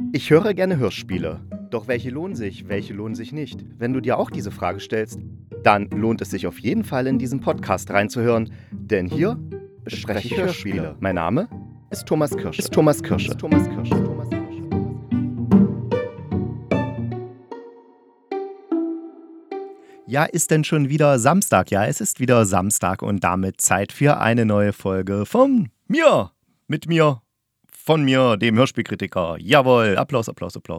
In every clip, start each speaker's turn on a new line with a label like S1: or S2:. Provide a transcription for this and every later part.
S1: Ich höre gerne Hörspiele. Doch welche lohnen sich nicht? Wenn du dir auch diese Frage stellst, dann lohnt es sich auf jeden Fall in diesen Podcast reinzuhören, denn hier bespreche ich Hörspiele. Mein Name ist Thomas Kirsche. Ja, ist denn schon wieder Samstag? Ja, es ist wieder Samstag und damit Zeit für eine neue Folge von mir, von mir, dem Hörspielkritiker. Jawohl, Applaus.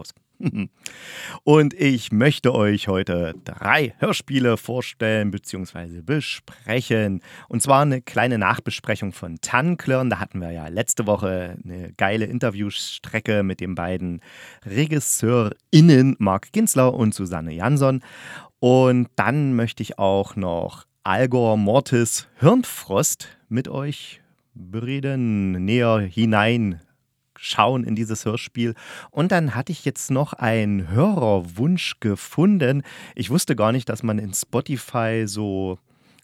S1: Und ich möchte euch heute 3 Hörspiele vorstellen bzw. besprechen. Und zwar eine kleine Nachbesprechung von Tannenklirren. Da hatten wir ja letzte Woche eine geile Interviewstrecke mit den beiden RegisseurInnen Marc Ginzler und Susanne Jansson. Und dann möchte ich auch noch Algor Mortis Hirnfrost mit euch bereden, näher hineinschauen in dieses Hörspiel. Und dann hatte ich jetzt noch einen Hörerwunsch gefunden. Ich wusste gar nicht, dass man in Spotify so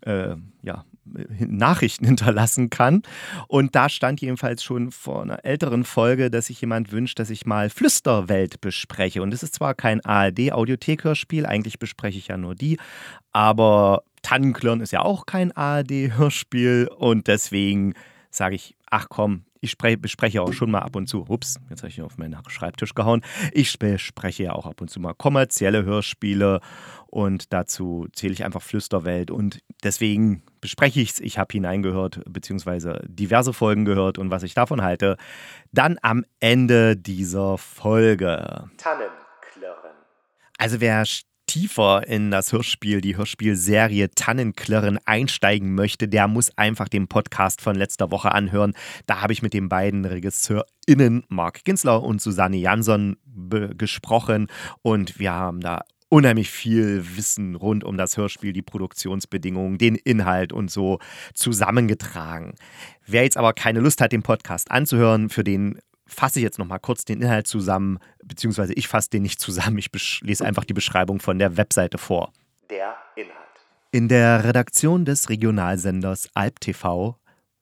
S1: Nachrichten hinterlassen kann. Und da stand jedenfalls schon vor einer älteren Folge, dass sich jemand wünscht, dass ich mal Flüsterwelt bespreche. Und es ist zwar kein ARD-Audiothek-Hörspiel, eigentlich bespreche ich ja nur die, aber Tannenklirren ist ja auch kein ARD-Hörspiel und deswegen sage ich, ach komm, ich bespreche auch schon mal ab und zu, ups, jetzt habe ich auf meinen Schreibtisch gehauen, ich bespreche ja auch ab und zu mal kommerzielle Hörspiele und dazu zähle ich einfach Flüsterwelt und deswegen bespreche ich es. Ich habe hineingehört, beziehungsweise diverse Folgen gehört und was ich davon halte, dann am Ende dieser Folge.
S2: Tannenklirren.
S1: Also wer tiefer in das Hörspiel, die Hörspielserie Tannenklirren einsteigen möchte, der muss einfach den Podcast von letzter Woche anhören. Da habe ich mit den beiden RegisseurInnen Marc Ginzler und Susanne Jansson gesprochen und wir haben da unheimlich viel Wissen rund um das Hörspiel, die Produktionsbedingungen, den Inhalt und so zusammengetragen. Wer jetzt aber keine Lust hat, den Podcast anzuhören, für den fasse ich jetzt nochmal kurz den Inhalt zusammen, beziehungsweise ich fasse den nicht zusammen, ich lese einfach die Beschreibung von der Webseite vor.
S2: Der Inhalt.
S1: In der Redaktion des Regionalsenders Alp TV,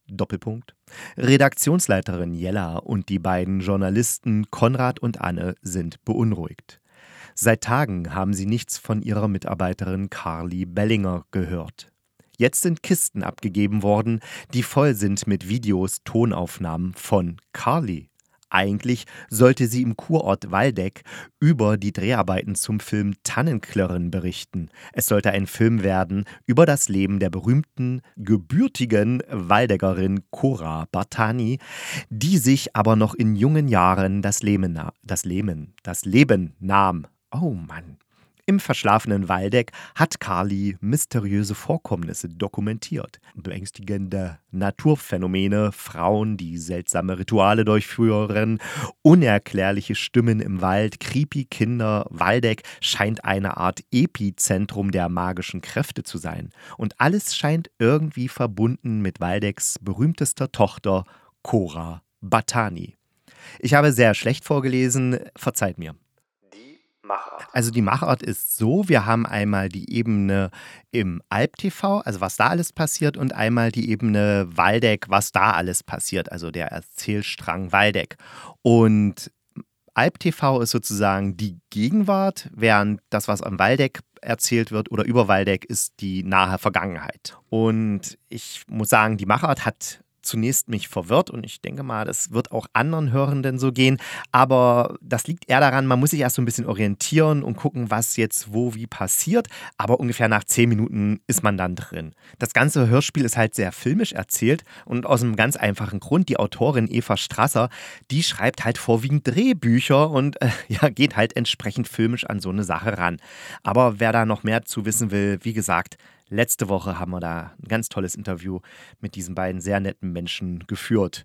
S1: Redaktionsleiterin Jella und die beiden Journalisten Konrad und Anne sind beunruhigt. Seit Tagen haben sie nichts von ihrer Mitarbeiterin Carly Bellinger gehört. Jetzt sind Kisten abgegeben worden, die voll sind mit Videos, Tonaufnahmen von Carly. Eigentlich sollte sie im Kurort Waldeck über die Dreharbeiten zum Film Tannenklirren berichten. Es sollte ein Film werden über das Leben der berühmten, gebürtigen Waldeckerin Cora Bartani, die sich aber noch in jungen Jahren das Leben nahm. Oh Mann. Im verschlafenen Waldeck hat Carly mysteriöse Vorkommnisse dokumentiert. Beängstigende Naturphänomene, Frauen, die seltsame Rituale durchführen, unerklärliche Stimmen im Wald, creepy Kinder. Waldeck scheint eine Art Epizentrum der magischen Kräfte zu sein. Und alles scheint irgendwie verbunden mit Waldecks berühmtester Tochter Cora Bartani. Ich habe sehr schlecht vorgelesen, verzeiht mir.
S2: Machart.
S1: Also die Machart ist so, wir haben einmal die Ebene im Alp-TV, also was da alles passiert, und einmal die Ebene Waldeck, was da alles passiert, also der Erzählstrang Waldeck. Und Alp-TV ist sozusagen die Gegenwart, während das, was am Waldeck erzählt wird oder über Waldeck, ist die nahe Vergangenheit. Und ich muss sagen, die Machart hat zunächst mich verwirrt und ich denke mal, das wird auch anderen Hörenden so gehen, aber das liegt eher daran, man muss sich erst so ein bisschen orientieren und gucken, was jetzt wo wie passiert, aber ungefähr nach 10 Minuten ist man dann drin. Das ganze Hörspiel ist halt sehr filmisch erzählt und aus einem ganz einfachen Grund, die Autorin Eva Strasser, die schreibt halt vorwiegend Drehbücher und geht halt entsprechend filmisch an so eine Sache ran. Aber wer da noch mehr zu wissen will, wie gesagt, letzte Woche haben wir da ein ganz tolles Interview mit diesen beiden sehr netten Menschen geführt.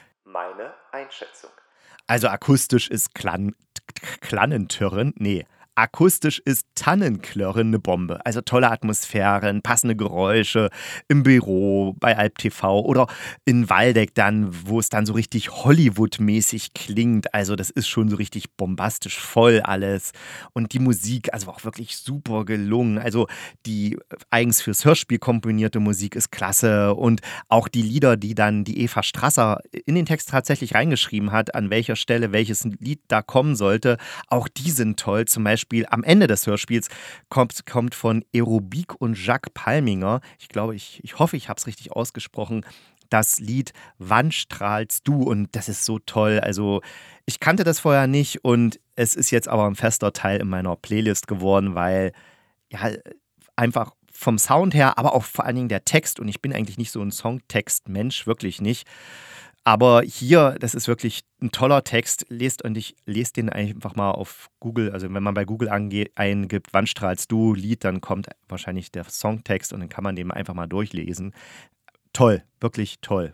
S2: Meine Einschätzung.
S1: Also akustisch ist akustisch ist Tannenklirren eine Bombe. Also tolle Atmosphären, passende Geräusche im Büro, bei Alp TV oder in Waldeck dann, wo es dann so richtig Hollywood-mäßig klingt. Also das ist schon so richtig bombastisch voll alles. Und die Musik, also auch wirklich super gelungen. Also die eigens fürs Hörspiel komponierte Musik ist klasse. Und auch die Lieder, die dann die Eva Strasser in den Text tatsächlich reingeschrieben hat, an welcher Stelle welches Lied da kommen sollte, auch die sind toll. Zum Beispiel am Ende des Hörspiels kommt von Aerobik und Jacques Palminger, ich hoffe, ich habe es richtig ausgesprochen, das Lied Wann strahlst du? Und das ist so toll. Also ich kannte das vorher nicht und es ist jetzt aber ein fester Teil in meiner Playlist geworden, weil ja einfach vom Sound her, aber auch vor allen Dingen der Text, und ich bin eigentlich nicht so ein Songtext-Mensch, wirklich nicht. Aber hier, das ist wirklich ein toller Text. Lest den einfach mal auf Google. Also wenn man bei Google eingibt, wann strahlst du, Lied, dann kommt wahrscheinlich der Songtext und dann kann man den einfach mal durchlesen. Toll, wirklich toll.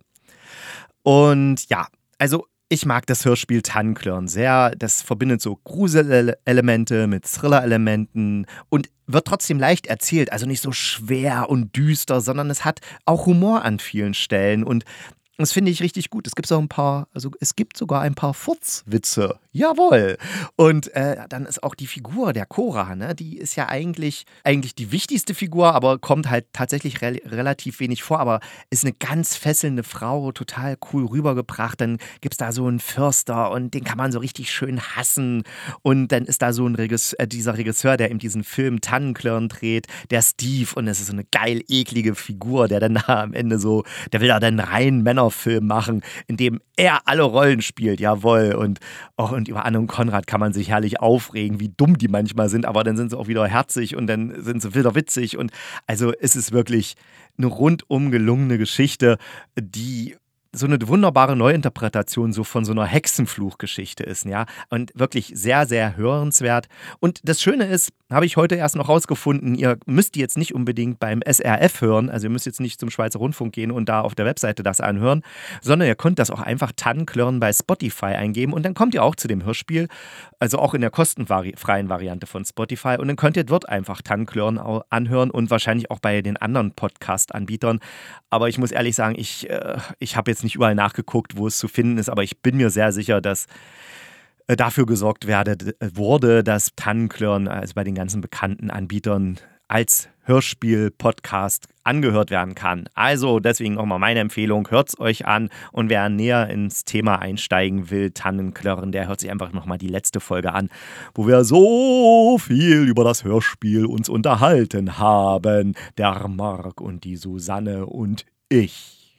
S1: Und ja, also ich mag das Hörspiel Tannenklirren sehr. Das verbindet so Gruselelemente mit Thriller-Elementen und wird trotzdem leicht erzählt. Also nicht so schwer und düster, sondern es hat auch Humor an vielen Stellen. Und das finde ich richtig gut. Es gibt sogar ein paar Furzwitze. Jawohl. Und dann ist auch die Figur der Cora, ne? Die ist ja eigentlich die wichtigste Figur, aber kommt halt tatsächlich relativ wenig vor. Aber ist eine ganz fesselnde Frau, total cool rübergebracht. Dann gibt es da so einen Förster und den kann man so richtig schön hassen. Und dann ist da so dieser Regisseur, der eben diesen Film Tannenklirren dreht, der Steve. Und es ist so eine geil eklige Figur, der dann da am Ende der will da dann rein Männerfilm machen, in dem er alle Rollen spielt, jawohl. Und über Anne und Konrad kann man sich herrlich aufregen, wie dumm die manchmal sind, aber dann sind sie auch wieder herzig und dann sind sie wieder witzig. Und also es ist wirklich eine rundum gelungene Geschichte, die so eine wunderbare Neuinterpretation so von so einer Hexenfluchgeschichte ist, ja. Und wirklich sehr, sehr hörenswert. Und das Schöne ist, habe ich heute erst noch rausgefunden, ihr müsst die jetzt nicht unbedingt beim SRF hören, also ihr müsst jetzt nicht zum Schweizer Rundfunk gehen und da auf der Webseite das anhören, sondern ihr könnt das auch einfach Tannenklirren bei Spotify eingeben und dann kommt ihr auch zu dem Hörspiel, also auch in der kostenfreien Variante von Spotify und dann könnt ihr dort einfach Tannenklirren anhören und wahrscheinlich auch bei den anderen Podcast-Anbietern. Aber ich muss ehrlich sagen, ich habe jetzt nicht überall nachgeguckt, wo es zu finden ist, aber ich bin mir sehr sicher, dass dafür gesorgt wurde, dass Tannenklirren, also bei den ganzen bekannten Anbietern, als Hörspiel-Podcast angehört werden kann. Also deswegen nochmal meine Empfehlung, hört es euch an und wer näher ins Thema einsteigen will, Tannenklirren, der hört sich einfach nochmal die letzte Folge an, wo wir so viel über das Hörspiel uns unterhalten haben. Der Marc und die Susanne und ich.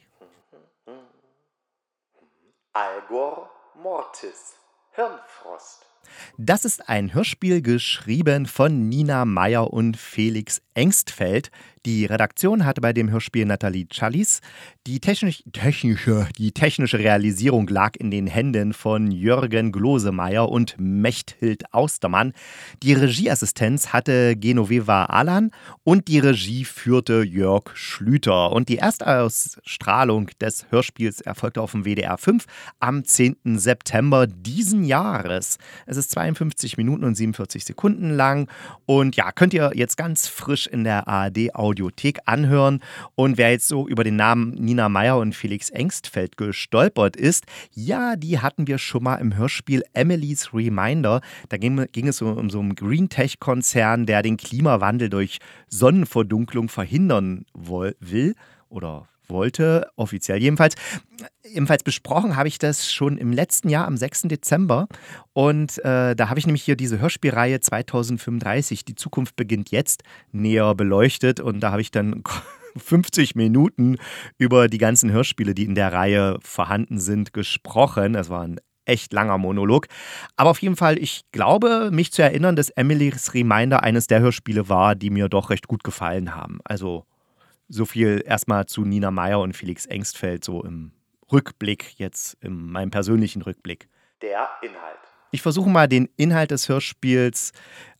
S2: Algor Mortis. Hirnfrost.
S1: Das ist ein Hörspiel geschrieben von Nina Meyer und Felix Engstfeld. Die Redaktion hatte bei dem Hörspiel Nathalie Challis. Die technische Realisierung lag in den Händen von Jürgen Glosemeyer und Mechthild Austermann. Die Regieassistenz hatte Genoveva Alan und die Regie führte Jörg Schlüter. Und die Erstausstrahlung des Hörspiels erfolgte auf dem WDR 5 am 10. September diesen Jahres. Es ist 52 Minuten und 47 Sekunden lang und ja, könnt ihr jetzt ganz frisch in der ARD Audiothek anhören. Und wer jetzt so über den Namen Nina Meyer und Felix Engstfeld gestolpert ist, ja, die hatten wir schon mal im Hörspiel Emily's Reminder. Da ging es um so einen Green-Tech-Konzern, der den Klimawandel durch Sonnenverdunklung verhindern will oder wollte, offiziell jedenfalls. Ebenfalls besprochen habe ich das schon im letzten Jahr, am 6. Dezember. Und da habe ich nämlich hier diese Hörspielreihe 2035, die Zukunft beginnt jetzt, näher beleuchtet. Und da habe ich dann 50 Minuten über die ganzen Hörspiele, die in der Reihe vorhanden sind, gesprochen. Das war ein echt langer Monolog. Aber auf jeden Fall, ich glaube, mich zu erinnern, dass Emily's Reminder eines der Hörspiele war, die mir doch recht gut gefallen haben. Also so viel erstmal zu Nina Meyer und Felix Engstfeld, so im Rückblick, jetzt in meinem persönlichen Rückblick.
S2: Der Inhalt.
S1: Ich versuche mal den Inhalt des Hörspiels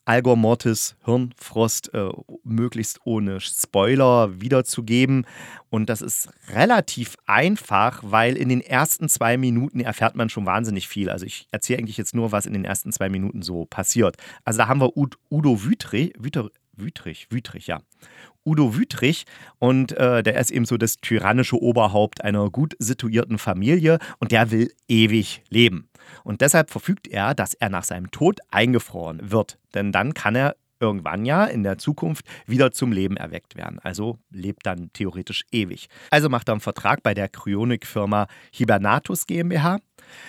S1: Algor Mortis Hirnfrost möglichst ohne Spoiler wiederzugeben. Und das ist relativ einfach, weil in den ersten 2 Minuten erfährt man schon wahnsinnig viel. Also ich erzähle eigentlich jetzt nur, was in den ersten 2 Minuten so passiert. Also da haben wir Udo Wüthrich, ja. Udo Wüthrich und der ist eben so das tyrannische Oberhaupt einer gut situierten Familie und der will ewig leben. Und deshalb verfügt er, dass er nach seinem Tod eingefroren wird. Denn dann kann er irgendwann ja in der Zukunft wieder zum Leben erweckt werden. Also lebt dann theoretisch ewig. Also macht er einen Vertrag bei der Kryonikfirma Hibernatus GmbH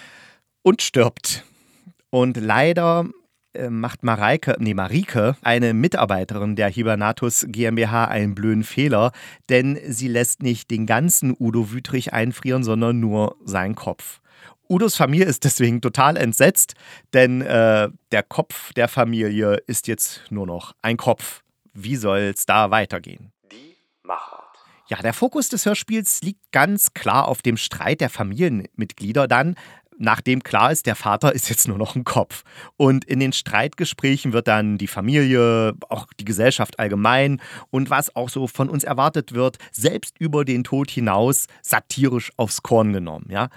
S1: und stirbt. Und leider macht Marike, eine Mitarbeiterin der Hibernatus GmbH, einen blöden Fehler, denn sie lässt nicht den ganzen Udo Wüthrich einfrieren, sondern nur seinen Kopf. Udos Familie ist deswegen total entsetzt, denn der Kopf der Familie ist jetzt nur noch ein Kopf. Wie soll es da weitergehen?
S2: Die Machart.
S1: Ja, der Fokus des Hörspiels liegt ganz klar auf dem Streit der Familienmitglieder dann, nachdem klar ist, der Vater ist jetzt nur noch ein Kopf. Und in den Streitgesprächen wird dann die Familie, auch die Gesellschaft allgemein und was auch so von uns erwartet wird, selbst über den Tod hinaus satirisch aufs Korn genommen. Ja?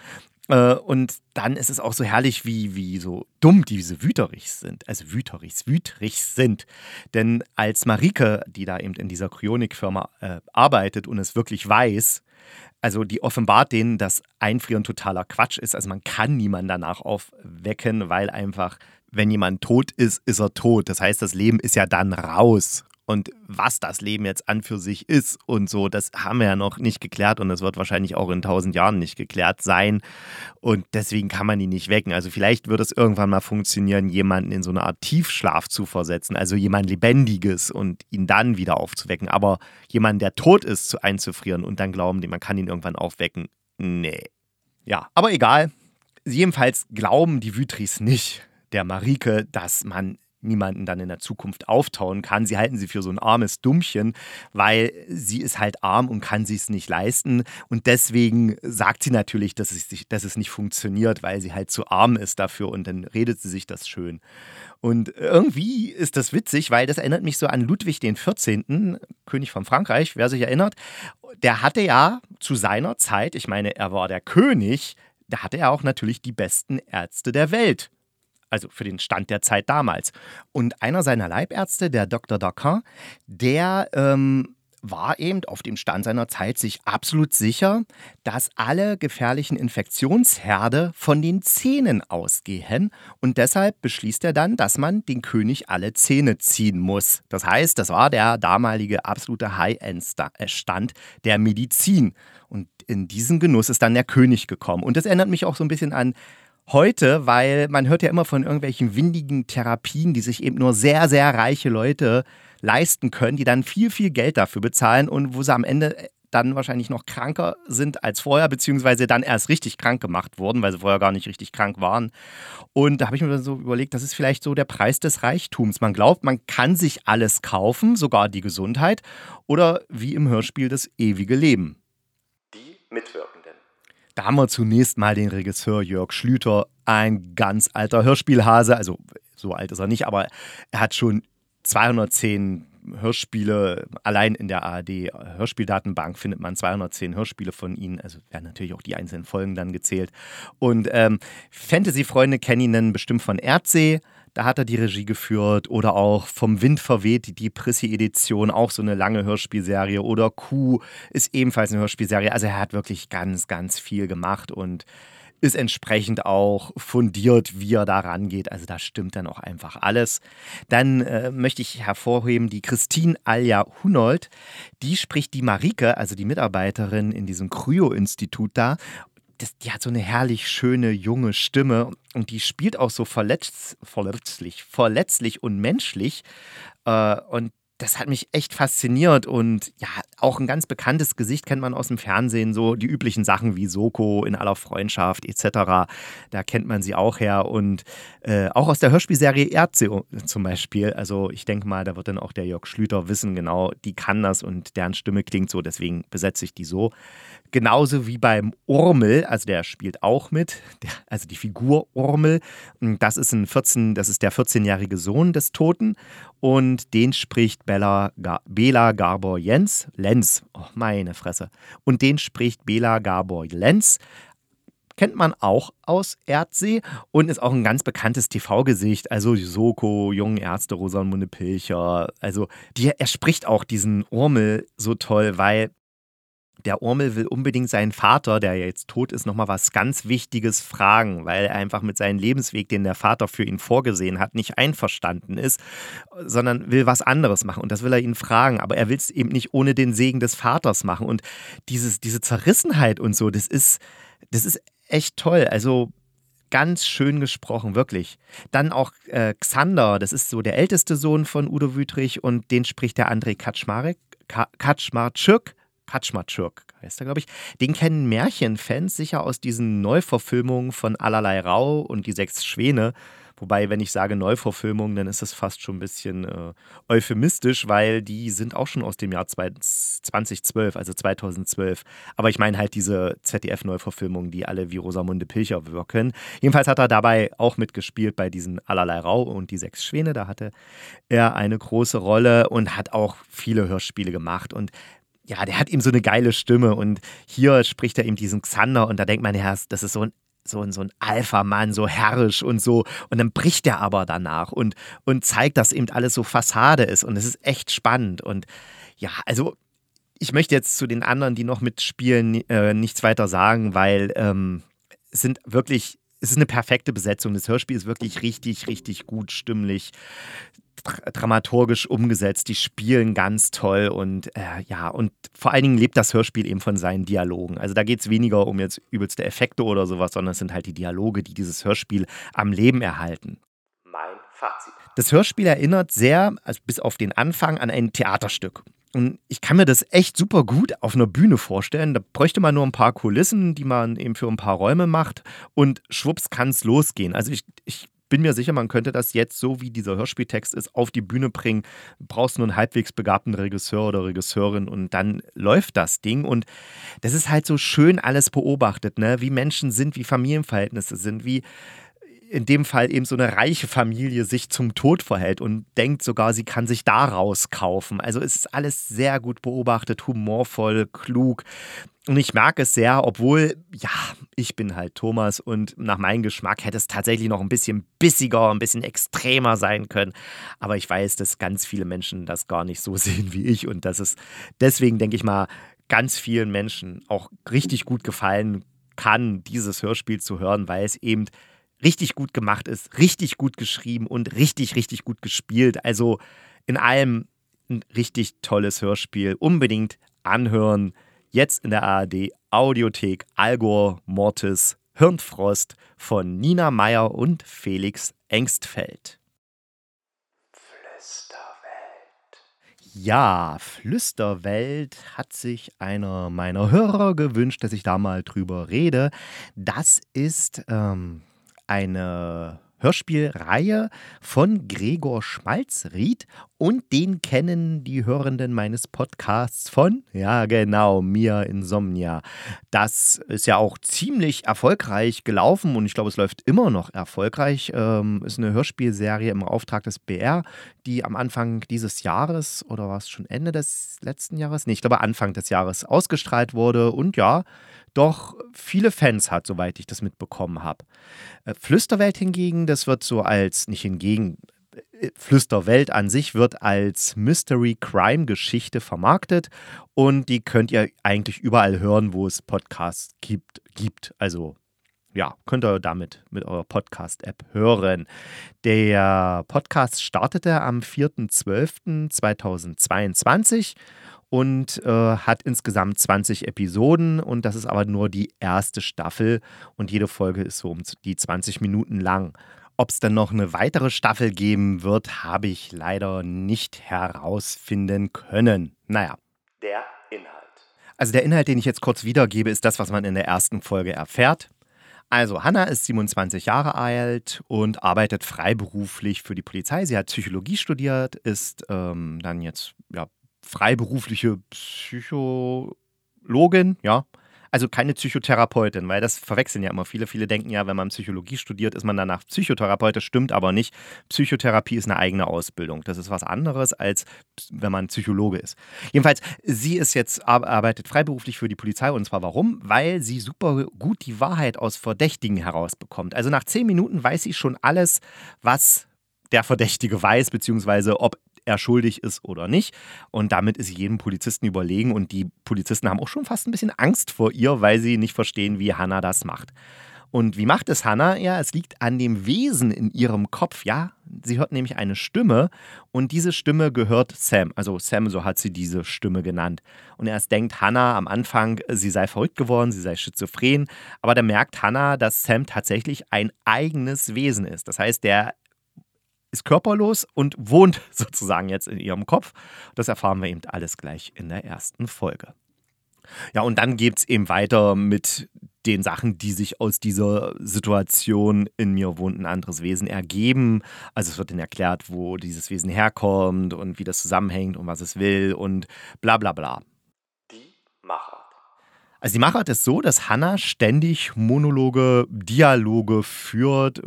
S1: Und dann ist es auch so herrlich, wie so dumm diese Wüterichs sind. Also Wüterichs sind. Denn als Marike, die da eben in dieser Kryonikfirma arbeitet und es wirklich weiß, also die offenbart denen, dass Einfrieren totaler Quatsch ist. Also man kann niemanden danach aufwecken, weil einfach, wenn jemand tot ist, ist er tot. Das heißt, das Leben ist ja dann raus. Und was das Leben jetzt an für sich ist und so, das haben wir ja noch nicht geklärt und das wird wahrscheinlich auch in 1000 Jahren nicht geklärt sein. Und deswegen kann man ihn nicht wecken. Also vielleicht wird es irgendwann mal funktionieren, jemanden in so eine Art Tiefschlaf zu versetzen, also jemand Lebendiges und ihn dann wieder aufzuwecken. Aber jemanden, der tot ist, einzufrieren und dann glauben, man kann ihn irgendwann aufwecken, nee. Ja, aber egal. Jedenfalls glauben die Wütrichs nicht der Marike, dass man niemanden dann in der Zukunft auftauen kann. Sie halten sie für so ein armes Dummchen, weil sie ist halt arm und kann sich es nicht leisten. Und deswegen sagt sie natürlich, dass es nicht funktioniert, weil sie halt zu arm ist dafür und dann redet sie sich das schön. Und irgendwie ist das witzig, weil das erinnert mich so an Ludwig XIV., König von Frankreich, wer sich erinnert. Der hatte ja zu seiner Zeit, ich meine, er war der König, da hatte er auch natürlich die besten Ärzte der Welt. Also für den Stand der Zeit damals. Und einer seiner Leibärzte, der Dr. Daquin, der war eben auf dem Stand seiner Zeit sich absolut sicher, dass alle gefährlichen Infektionsherde von den Zähnen ausgehen. Und deshalb beschließt er dann, dass man den König alle Zähne ziehen muss. Das heißt, das war der damalige absolute High-End-Stand der Medizin. Und in diesen Genuss ist dann der König gekommen. Und das erinnert mich auch so ein bisschen an heute, weil man hört ja immer von irgendwelchen windigen Therapien, die sich eben nur sehr, sehr reiche Leute leisten können, die dann viel, viel Geld dafür bezahlen und wo sie am Ende dann wahrscheinlich noch kranker sind als vorher, beziehungsweise dann erst richtig krank gemacht wurden, weil sie vorher gar nicht richtig krank waren. Und da habe ich mir dann so überlegt, das ist vielleicht so der Preis des Reichtums. Man glaubt, man kann sich alles kaufen, sogar die Gesundheit oder wie im Hörspiel das ewige Leben.
S2: Die Mitwirkenden.
S1: Da haben wir zunächst mal den Regisseur Jörg Schlüter, ein ganz alter Hörspielhase. Also so alt ist er nicht, aber er hat schon 210 Hörspiele, allein in der ARD-Hörspieldatenbank findet man 210 Hörspiele von ihm. Also werden natürlich auch die einzelnen Folgen dann gezählt. Und Fantasy-Freunde kennen ihn bestimmt von Erdsee. Da hat er die Regie geführt oder auch Vom Wind verweht, die Prissi-Edition, auch so eine lange Hörspielserie. Oder Kuh ist ebenfalls eine Hörspielserie. Also er hat wirklich ganz, ganz viel gemacht und ist entsprechend auch fundiert, wie er da rangeht. Also da stimmt dann auch einfach alles. Dann möchte ich hervorheben, die Christine Alja Hunold, die spricht die Marike, also die Mitarbeiterin in diesem Kryo-Institut da. Die hat so eine herrlich schöne, junge Stimme und die spielt auch so verletzlich und menschlich. Und das hat mich echt fasziniert und ja, auch ein ganz bekanntes Gesicht kennt man aus dem Fernsehen, so die üblichen Sachen wie Soko in aller Freundschaft etc. Da kennt man sie auch her und auch aus der Hörspielserie Erdsee zum Beispiel. Also ich denke mal, da wird dann auch der Jörg Schlüter wissen, genau, die kann das und deren Stimme klingt so, deswegen besetze ich die so. Genauso wie beim Urmel, also der spielt auch mit, also die Figur Urmel. Das ist der 14-jährige Sohn des Toten und den spricht Bela Gabor Lenz, oh meine Fresse. Und den spricht Bela Gabor Lenz, kennt man auch aus Erdsee und ist auch ein ganz bekanntes TV-Gesicht. Also die Soko, Jungen Ärzte, Rosamunde Pilcher. Also er spricht auch diesen Urmel so toll, weil der Urmel will unbedingt seinen Vater, der ja jetzt tot ist, nochmal was ganz Wichtiges fragen, weil er einfach mit seinem Lebensweg, den der Vater für ihn vorgesehen hat, nicht einverstanden ist, sondern will was anderes machen. Und das will er ihn fragen. Aber er will es eben nicht ohne den Segen des Vaters machen. Und diese Zerrissenheit und so, das ist echt toll. Also ganz schön gesprochen, wirklich. Dann auch Xander, das ist so der älteste Sohn von Udo Wüthrich und den spricht der André Kaczmarczyk heißt er, glaube ich. Den kennen Märchenfans sicher aus diesen Neuverfilmungen von Allerlei Rau und die Sechs Schwäne. Wobei, wenn ich sage Neuverfilmung, dann ist das fast schon ein bisschen euphemistisch, weil die sind auch schon aus dem Jahr 2012, also 2012. Aber ich meine halt diese ZDF-Neuverfilmungen, die alle wie Rosamunde Pilcher wirken. Jedenfalls hat er dabei auch mitgespielt bei diesen Allerlei Rau und die Sechs Schwäne. Da hatte er eine große Rolle und hat auch viele Hörspiele gemacht. Und ja, der hat eben so eine geile Stimme und hier spricht er eben diesen Xander und da denkt man, ja, das ist so ein Alpha-Mann, so herrisch und so. Und dann bricht er aber danach und zeigt, dass eben alles so Fassade ist und es ist echt spannend. Und ja, also ich möchte jetzt zu den anderen, die noch mitspielen, nichts weiter sagen, weil es ist eine perfekte Besetzung. Das Hörspiel ist wirklich richtig, richtig gut stimmlich, dramaturgisch umgesetzt. Die spielen ganz toll und ja, und vor allen Dingen lebt das Hörspiel eben von seinen Dialogen. Also da geht es weniger um jetzt übelste Effekte oder sowas, sondern es sind halt die Dialoge, die dieses Hörspiel am Leben erhalten.
S2: Mein Fazit.
S1: Das Hörspiel erinnert sehr, also bis auf den Anfang, an ein Theaterstück. Und ich kann mir das echt super gut auf einer Bühne vorstellen. Da bräuchte man nur ein paar Kulissen, die man eben für ein paar Räume macht und schwupps kann es losgehen. Also ich bin mir sicher, man könnte das jetzt, so wie dieser Hörspieltext ist, auf die Bühne bringen. Du brauchst nur einen halbwegs begabten Regisseur oder Regisseurin und dann läuft das Ding. Und das ist halt so schön alles beobachtet, ne? Wie Menschen sind, wie Familienverhältnisse sind, wie in dem Fall eben so eine reiche Familie sich zum Tod verhält und denkt sogar, sie kann sich daraus kaufen. Also es ist alles sehr gut beobachtet, humorvoll, klug. Und ich mag es sehr, obwohl, ja, ich bin halt Thomas und nach meinem Geschmack hätte es tatsächlich noch ein bisschen bissiger, ein bisschen extremer sein können. Aber ich weiß, dass ganz viele Menschen das gar nicht so sehen wie ich und dass es deswegen, denke ich mal, ganz vielen Menschen auch richtig gut gefallen kann, dieses Hörspiel zu hören, weil es eben richtig gut gemacht ist, richtig gut geschrieben und richtig, richtig gut gespielt. Also in allem ein richtig tolles Hörspiel. Unbedingt anhören. Jetzt in der ARD Audiothek Algor Mortis Hirnfrost von Nina Meyer und Felix Engstfeld.
S2: Flüsterwelt.
S1: Ja, Flüsterwelt hat sich einer meiner Hörer gewünscht, dass ich da mal drüber rede. Das ist eine Hörspielreihe von Gregor Schmalzried und den kennen die Hörenden meines Podcasts von, ja genau, Mia Insomnia. Das ist ja auch ziemlich erfolgreich gelaufen und ich glaube, es läuft immer noch erfolgreich. Ist eine Hörspielserie im Auftrag des BR, die am Anfang dieses Jahres oder war es schon Ende des letzten Jahres? Nee, ich glaube Anfang des Jahres ausgestrahlt wurde und ja, doch viele Fans hat, soweit ich das mitbekommen habe. Flüsterwelt hingegen, das wird so als, nicht hingegen, Flüsterwelt an sich wird als Mystery-Crime-Geschichte vermarktet und die könnt ihr eigentlich überall hören, wo es Podcasts gibt. Also ja, könnt ihr damit mit eurer Podcast-App hören. Der Podcast startete am 4.12.2022 und hat insgesamt 20 Episoden und das ist aber nur die erste Staffel und jede Folge ist so um die 20 Minuten lang. Ob es dann noch eine weitere Staffel geben wird, habe ich leider nicht herausfinden können. Naja.
S2: Der Inhalt.
S1: Also der Inhalt, den ich jetzt kurz wiedergebe, ist das, was man in der ersten Folge erfährt. Also Hannah ist 27 Jahre alt und arbeitet freiberuflich für die Polizei. Sie hat Psychologie studiert, ist dann jetzt freiberufliche Psychologin, ja. Also keine Psychotherapeutin, weil das verwechseln ja immer viele. Viele denken ja, wenn man Psychologie studiert, ist man danach Psychotherapeut. Das stimmt aber nicht. Psychotherapie ist eine eigene Ausbildung. Das ist was anderes, als wenn man Psychologe ist. Jedenfalls, sie ist jetzt, arbeitet freiberuflich für die Polizei. Und zwar warum? Weil sie super gut die Wahrheit aus Verdächtigen herausbekommt. Also nach 10 Minuten weiß sie schon alles, was der Verdächtige weiß, beziehungsweise ob er schuldig ist oder nicht. Und damit ist sie jedem Polizisten überlegen. Und die Polizisten haben auch schon fast ein bisschen Angst vor ihr, weil sie nicht verstehen, wie Hannah das macht. Und wie macht es Hannah? Ja, es liegt an dem Wesen in ihrem Kopf. Ja, sie hört nämlich eine Stimme und diese Stimme gehört Sam. Also Sam, so hat sie diese Stimme genannt. Und erst denkt Hannah am Anfang, sie sei verrückt geworden, sie sei schizophren. Aber dann merkt Hannah, dass Sam tatsächlich ein eigenes Wesen ist. Das heißt, der ist körperlos und wohnt sozusagen jetzt in ihrem Kopf. Das erfahren wir eben alles gleich in der ersten Folge. Ja, und dann geht es eben weiter mit den Sachen, die sich aus dieser Situation in mir wohnt ein anderes Wesen ergeben. Also es wird dann erklärt, wo dieses Wesen herkommt und wie das zusammenhängt und was es will und bla bla bla.
S2: Die Machart.
S1: Also die Machart ist so, dass Hannah ständig Monologe, Dialoge führt.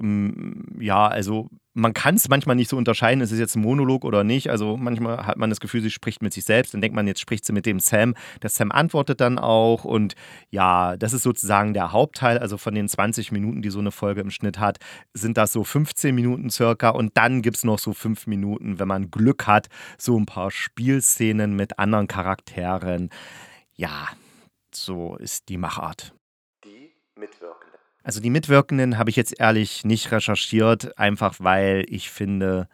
S1: Ja, also man kann es manchmal nicht so unterscheiden, ist es jetzt ein Monolog oder nicht. Also manchmal hat man das Gefühl, sie spricht mit sich selbst. Dann denkt man, jetzt spricht sie mit dem Sam. Der Sam antwortet dann auch. Und ja, das ist sozusagen der Hauptteil. Also von den 20 Minuten, die so eine Folge im Schnitt hat, sind das so 15 Minuten circa. Und dann gibt es noch so 5 Minuten, wenn man Glück hat, so ein paar Spielszenen mit anderen Charakteren. Ja, so ist die Machart.
S2: Die Mitwirkenden.
S1: Also die Mitwirkenden habe ich jetzt ehrlich nicht recherchiert, einfach weil ich finde,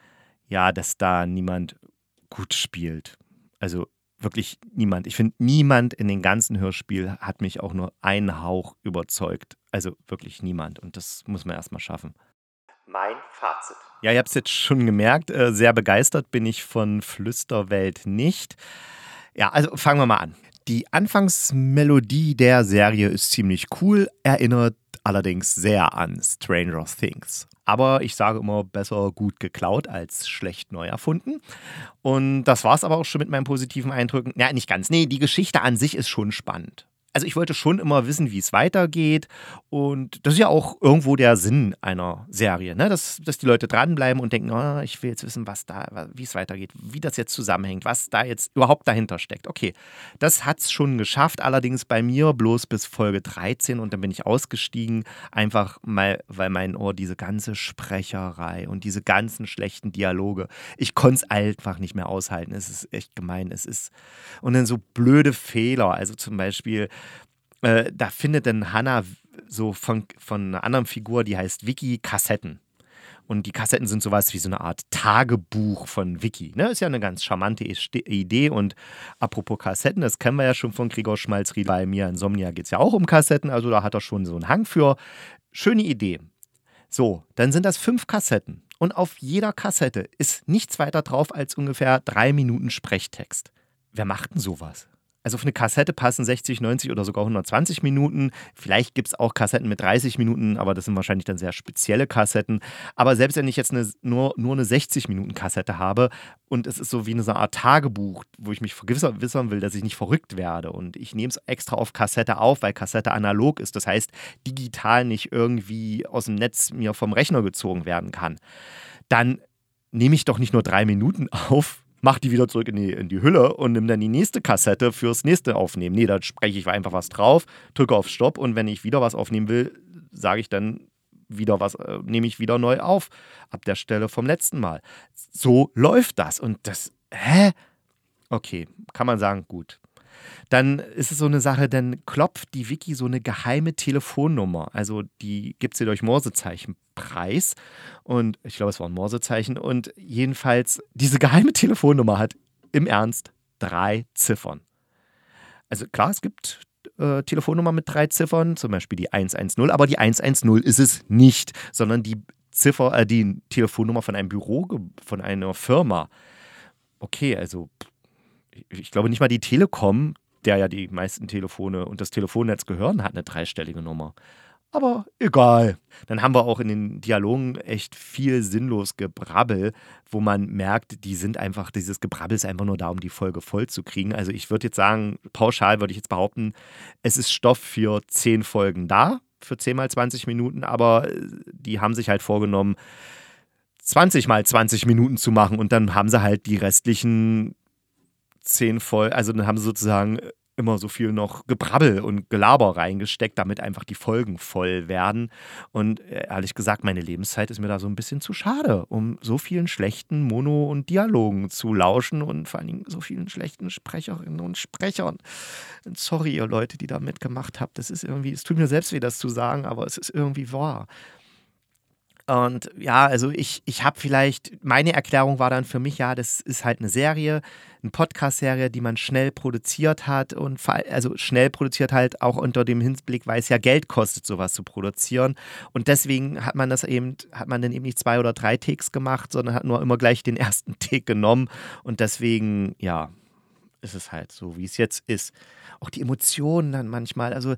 S1: ja, dass da niemand gut spielt. Also wirklich niemand. Ich finde, niemand in dem ganzen Hörspiel hat mich auch nur einen Hauch überzeugt. Also wirklich niemand. Und das muss man erstmal schaffen.
S2: Mein Fazit.
S1: Ja, ihr habt es jetzt schon gemerkt, sehr begeistert bin ich von Flüsterwelt nicht. Ja, also fangen wir mal an. Die Anfangsmelodie der Serie ist ziemlich cool, erinnert allerdings sehr an Stranger Things. Aber ich sage immer, besser gut geklaut als schlecht neu erfunden. Und das war es aber auch schon mit meinen positiven Eindrücken. Ja, nicht ganz. Nee, die Geschichte an sich ist schon spannend. Also ich wollte schon immer wissen, wie es weitergeht. Und das ist ja auch irgendwo der Sinn einer Serie, ne? Dass die Leute dranbleiben und denken, oh, ich will jetzt wissen, wie es weitergeht, wie das jetzt zusammenhängt, was da jetzt überhaupt dahinter steckt. Okay, das hat es schon geschafft, allerdings bei mir bloß bis Folge 13 und dann bin ich ausgestiegen, einfach mal, weil mein Ohr diese ganze Sprecherei und diese ganzen schlechten Dialoge, ich konnte es einfach nicht mehr aushalten. Es ist echt gemein. Und dann so blöde Fehler, also zum Beispiel da findet dann Hannah so von einer anderen Figur, die heißt Vicky, Kassetten. Und die Kassetten sind sowas wie so eine Art Tagebuch von Vicky. Ne? Ist ja eine ganz charmante Idee. Und apropos Kassetten, das kennen wir ja schon von Gregor Schmalzried. Bei Mia Insomnia geht es ja auch um Kassetten, also da hat er schon so einen Hang für. Schöne Idee. So, dann sind das 5 Kassetten. Und auf jeder Kassette ist nichts weiter drauf als ungefähr 3 Minuten Sprechtext. Wer macht denn sowas? Also auf eine Kassette passen 60, 90 oder sogar 120 Minuten. Vielleicht gibt es auch Kassetten mit 30 Minuten, aber das sind wahrscheinlich dann sehr spezielle Kassetten. Aber selbst wenn ich jetzt nur eine 60-Minuten-Kassette habe und es ist so wie eine Art Tagebuch, wo ich mich vergewissern will, dass ich nicht verrückt werde und ich nehme es extra auf Kassette auf, weil Kassette analog ist, das heißt digital nicht irgendwie aus dem Netz mir vom Rechner gezogen werden kann, dann nehme ich doch nicht nur 3 Minuten auf, mach die wieder zurück in die Hülle und nimm dann die nächste Kassette fürs nächste Aufnehmen. Nee, da spreche ich einfach was drauf, drücke auf Stopp und wenn ich wieder was aufnehmen will, sage ich dann wieder was, nehme ich wieder neu auf, ab der Stelle vom letzten Mal. So läuft das und das, Okay, kann man sagen, gut. Dann ist es so eine Sache, dann klopft die Vicky so eine geheime Telefonnummer. Also die gibt sie durch Morsezeichen preis. Und ich glaube, es war ein Morsezeichen. Und jedenfalls, diese geheime Telefonnummer hat im Ernst 3 Ziffern. Also klar, es gibt Telefonnummer mit 3 Ziffern, zum Beispiel die 110, aber die 110 ist es nicht, sondern die die Telefonnummer von einem Büro, von einer Firma. Okay, also ich glaube nicht mal die Telekom, der ja die meisten Telefone und das Telefonnetz gehören, hat eine dreistellige Nummer. Aber egal. Dann haben wir auch in den Dialogen echt viel sinnlos Gebrabbel, wo man merkt, dieses Gebrabbel ist einfach nur da, um die Folge voll zu kriegen. Also ich würde jetzt sagen, pauschal würde ich jetzt behaupten, es ist Stoff für 10 Folgen da, für 10 mal 20 Minuten, aber die haben sich halt vorgenommen, 20 mal 20 Minuten zu machen und dann haben sie halt die restlichen 10 Folgen, also dann haben sie sozusagen immer so viel noch Gebrabbel und Gelaber reingesteckt, damit einfach die Folgen voll werden. Und ehrlich gesagt, meine Lebenszeit ist mir da so ein bisschen zu schade, um so vielen schlechten Mono- und Dialogen zu lauschen und vor allen Dingen so vielen schlechten Sprecherinnen und Sprechern. Sorry, ihr Leute, die da mitgemacht habt. Das ist irgendwie, es tut mir selbst weh, das zu sagen, aber es ist irgendwie wahr. Und ja, also ich habe vielleicht, meine Erklärung war dann für mich, ja, das ist halt eine Serie, eine Podcast-Serie, die man schnell produziert hat und also schnell produziert halt auch unter dem Hinblick, weil es ja Geld kostet, sowas zu produzieren. Und deswegen hat man dann eben nicht 2 oder 3 Takes gemacht, sondern hat nur immer gleich den ersten Take genommen. Und deswegen, ja, ist es halt so, wie es jetzt ist. Auch die Emotionen dann manchmal, also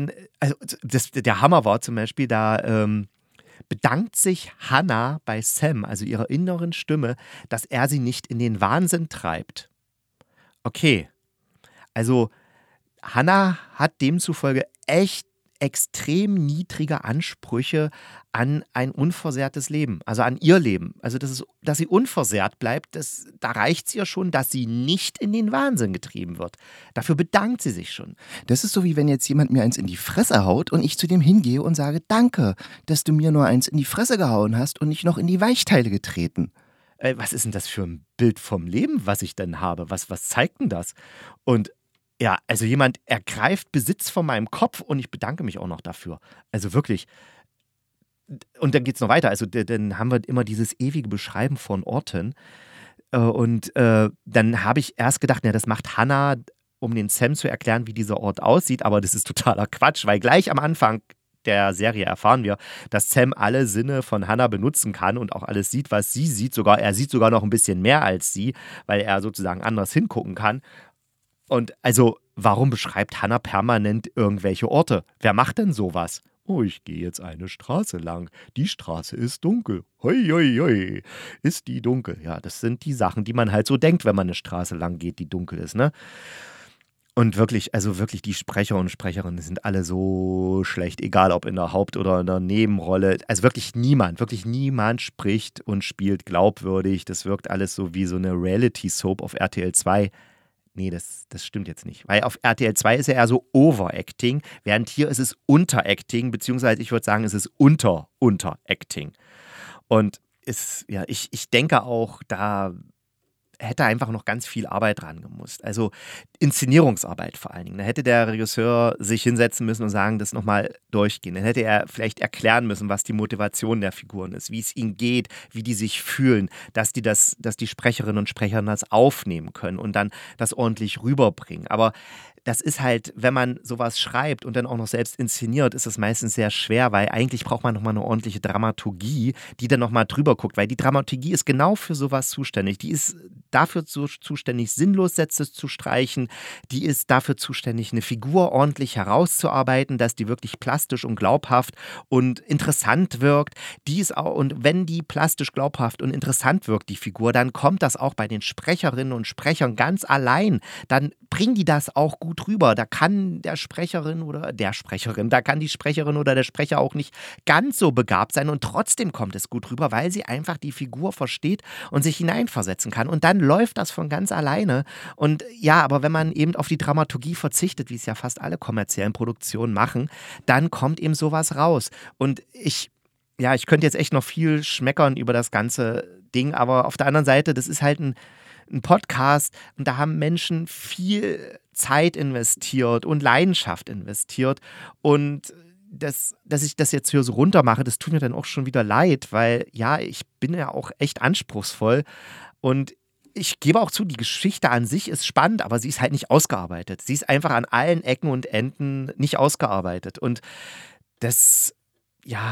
S1: der Hammer war zum Beispiel, da bedankt sich Hannah bei Sam, also ihrer inneren Stimme, dass er sie nicht in den Wahnsinn treibt. Okay, also Hannah hat demzufolge echt extrem niedrige Ansprüche an ein unversehrtes Leben, also an ihr Leben. Also, dass sie unversehrt bleibt, da reicht es ihr schon, dass sie nicht in den Wahnsinn getrieben wird. Dafür bedankt sie sich schon.
S3: Das ist so, wie wenn jetzt jemand mir eins in die Fresse haut und ich zu dem hingehe und sage, danke, dass du mir nur eins in die Fresse gehauen hast und nicht noch in die Weichteile getreten.
S1: Was ist denn das für ein Bild vom Leben, was ich denn habe? Was zeigt denn das? Und ja, also jemand ergreift Besitz von meinem Kopf und ich bedanke mich auch noch dafür. Also wirklich. Und dann geht es noch weiter. Also dann haben wir immer dieses ewige Beschreiben von Orten. Und dann habe ich erst gedacht, ja, das macht Hannah, um den Sam zu erklären, wie dieser Ort aussieht. Aber das ist totaler Quatsch, weil gleich am Anfang der Serie erfahren wir, dass Sam alle Sinne von Hannah benutzen kann und auch alles sieht, was sie sieht. Er sieht sogar noch ein bisschen mehr als sie, weil er sozusagen anders hingucken kann. Und also, warum beschreibt Hannah permanent irgendwelche Orte? Wer macht denn sowas? Oh, ich gehe jetzt eine Straße lang. Die Straße ist dunkel. Hoi, hoi, hoi. Ist die dunkel? Ja, das sind die Sachen, die man halt so denkt, wenn man eine Straße lang geht, die dunkel ist, ne? Und wirklich, also wirklich, die Sprecher und Sprecherinnen sind alle so schlecht, egal ob in der Haupt- oder in der Nebenrolle. Also wirklich niemand spricht und spielt glaubwürdig. Das wirkt alles so wie so eine Reality-Soap auf RTL 2. Nee, das stimmt jetzt nicht. Weil auf RTL 2 ist ja eher so Overacting, während hier ist es Unteracting, beziehungsweise ich würde sagen, es ist Unteracting. Und ich denke auch, da hätte einfach noch ganz viel Arbeit dran gemusst. Also Inszenierungsarbeit vor allen Dingen. Da hätte der Regisseur sich hinsetzen müssen und sagen, das nochmal durchgehen. Dann hätte er vielleicht erklären müssen, was die Motivation der Figuren ist, wie es ihnen geht, wie die sich fühlen, dass die Sprecherinnen und Sprecher das aufnehmen können und dann das ordentlich rüberbringen. Aber das ist halt, wenn man sowas schreibt und dann auch noch selbst inszeniert, ist das meistens sehr schwer, weil eigentlich braucht man nochmal eine ordentliche Dramaturgie, die dann nochmal drüber guckt, weil die Dramaturgie ist genau für sowas zuständig. Die ist dafür zuständig, Sinnlossätze zu streichen. Die ist dafür zuständig, eine Figur ordentlich herauszuarbeiten, dass die wirklich plastisch und glaubhaft und interessant wirkt. Und wenn die plastisch, glaubhaft und interessant wirkt, die Figur, dann kommt das auch bei den Sprecherinnen und Sprechern ganz allein. Dann bringen die das auch gut rüber. Da kann da kann die Sprecherin oder der Sprecher auch nicht ganz so begabt sein und trotzdem kommt es gut rüber, weil sie einfach die Figur versteht und sich hineinversetzen kann. Und dann läuft das von ganz alleine. Und ja, aber wenn man eben auf die Dramaturgie verzichtet, wie es ja fast alle kommerziellen Produktionen machen, dann kommt eben sowas raus. Und ich könnte jetzt echt noch viel schmeckern über das ganze Ding, aber auf der anderen Seite, das ist halt ein Podcast und da haben Menschen viel Zeit investiert und Leidenschaft investiert und dass ich das jetzt hier so runter mache, das tut mir dann auch schon wieder leid, weil ja, ich bin ja auch echt anspruchsvoll und ich gebe auch zu, die Geschichte an sich ist spannend, aber sie ist halt nicht ausgearbeitet. Sie ist einfach an allen Ecken und Enden nicht ausgearbeitet und das, ja,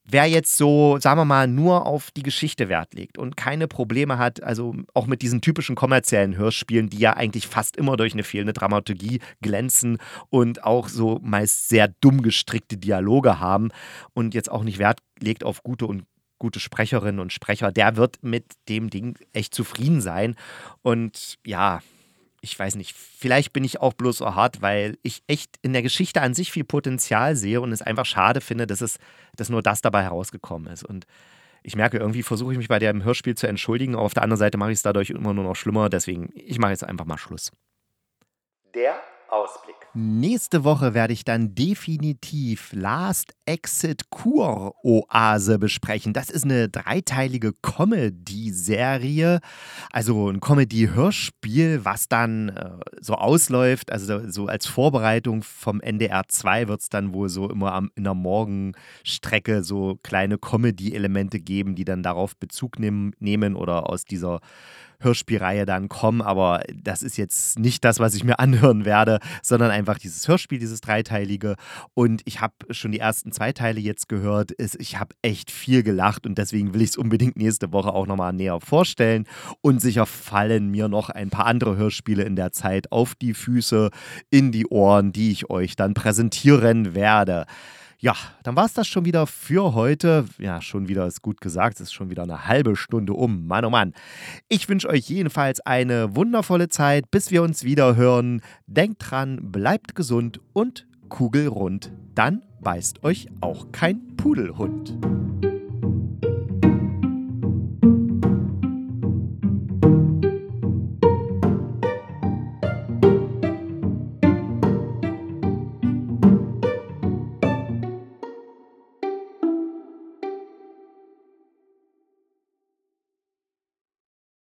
S1: Wer jetzt so, sagen wir mal, nur auf die Geschichte Wert legt und keine Probleme hat, also auch mit diesen typischen kommerziellen Hörspielen, die ja eigentlich fast immer durch eine fehlende Dramaturgie glänzen und auch so meist sehr dumm gestrickte Dialoge haben und jetzt auch nicht Wert legt auf gute Sprecherinnen und Sprecher, der wird mit dem Ding echt zufrieden sein. Und ja, ich weiß nicht, vielleicht bin ich auch bloß so hart, weil ich echt in der Geschichte an sich viel Potenzial sehe und es einfach schade finde, dass nur das dabei herausgekommen ist. Und ich merke, irgendwie versuche ich mich bei dem Hörspiel zu entschuldigen, aber auf der anderen Seite mache ich es dadurch immer nur noch schlimmer, deswegen, ich mache jetzt einfach mal Schluss.
S2: Der Ausblick.
S1: Nächste Woche werde ich dann definitiv Last Exit Kur Oase besprechen. Das ist eine dreiteilige Comedy-Serie, also ein Comedy-Hörspiel, was dann so ausläuft. Also so als Vorbereitung vom NDR 2 wird es dann wohl so immer in der Morgenstrecke so kleine Comedy-Elemente geben, die dann darauf Bezug nehmen oder aus dieser Hörspielreihe dann kommen, aber das ist jetzt nicht das, was ich mir anhören werde, sondern einfach dieses Hörspiel, dieses dreiteilige. Und ich habe schon die ersten 2 Teile jetzt gehört. Ich habe echt viel gelacht und deswegen will ich es unbedingt nächste Woche auch nochmal näher vorstellen. Und sicher fallen mir noch ein paar andere Hörspiele in der Zeit auf die Füße, in die Ohren, die ich euch dann präsentieren werde. Ja, dann war es das schon wieder für heute. Ja, schon wieder ist gut gesagt, es ist schon wieder eine halbe Stunde um. Mann, oh Mann. Ich wünsche euch jedenfalls eine wundervolle Zeit, bis wir uns wieder hören. Denkt dran, bleibt gesund und kugelrund. Dann beißt euch auch kein Pudelhund.